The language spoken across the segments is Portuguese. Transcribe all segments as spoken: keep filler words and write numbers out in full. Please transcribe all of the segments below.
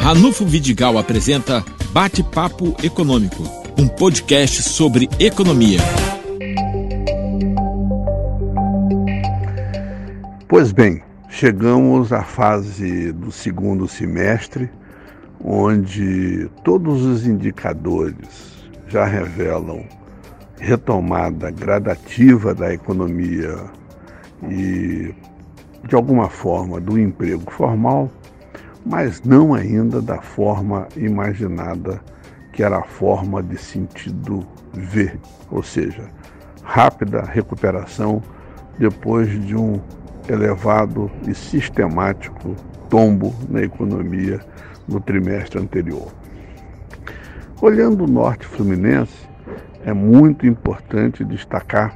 Ranulfo Vidigal apresenta Bate-Papo Econômico, um podcast sobre economia. Pois bem, chegamos à fase do segundo semestre, onde todos os indicadores já revelam retomada gradativa da economia e, de alguma forma, do emprego formal, mas não ainda da forma imaginada, que era a forma de sentido V, ou seja, rápida recuperação depois de um elevado e sistemático tombo na economia no trimestre anterior. Olhando o norte fluminense, é muito importante destacar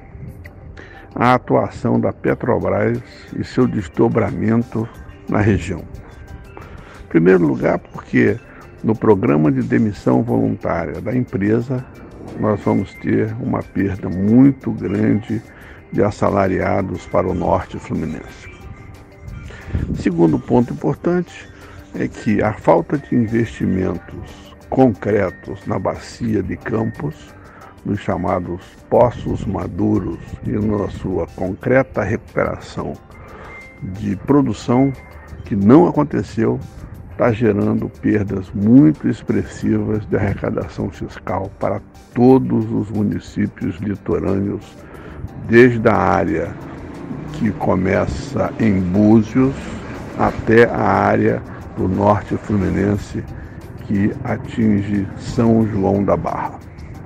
a atuação da Petrobras e seu desdobramento na região. Em primeiro lugar, porque no programa de demissão voluntária da empresa, nós vamos ter uma perda muito grande de assalariados para o norte fluminense. Segundo ponto importante é que a falta de investimentos concretos na bacia de Campos, nos chamados poços maduros e na sua concreta recuperação de produção, que não aconteceu, está gerando perdas muito expressivas de arrecadação fiscal para todos os municípios litorâneos, desde a área que começa em Búzios até a área do norte fluminense que atinge São João da Barra.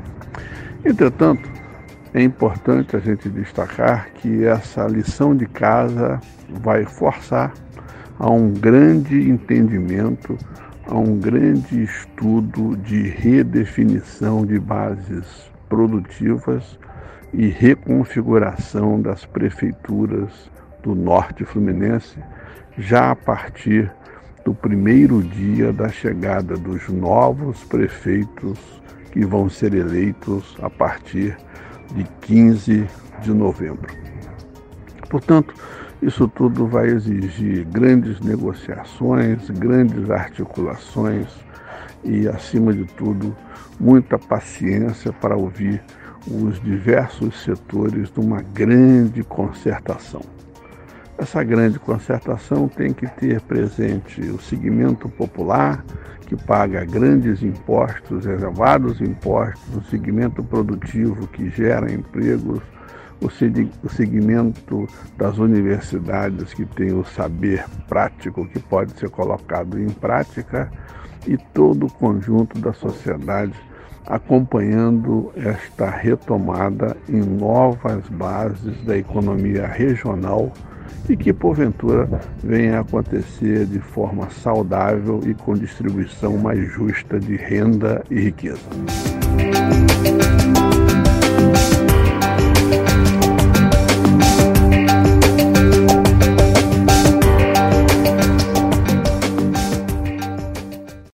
Entretanto, é importante a gente destacar que essa lição de casa vai forçar a um grande entendimento, a um grande estudo de redefinição de bases produtivas e reconfiguração das prefeituras do norte fluminense, já a partir do primeiro dia da chegada dos novos prefeitos que vão ser eleitos a partir de quinze de novembro. Portanto, isso tudo vai exigir grandes negociações, grandes articulações e, acima de tudo, muita paciência para ouvir os diversos setores de uma grande concertação. Essa grande concertação tem que ter presente o segmento popular, que paga grandes impostos, elevados impostos, o segmento produtivo que gera empregos, o segmento das universidades que tem o saber prático que pode ser colocado em prática e todo o conjunto da sociedade acompanhando esta retomada em novas bases da economia regional e que, porventura, venha a acontecer de forma saudável e com distribuição mais justa de renda e riqueza.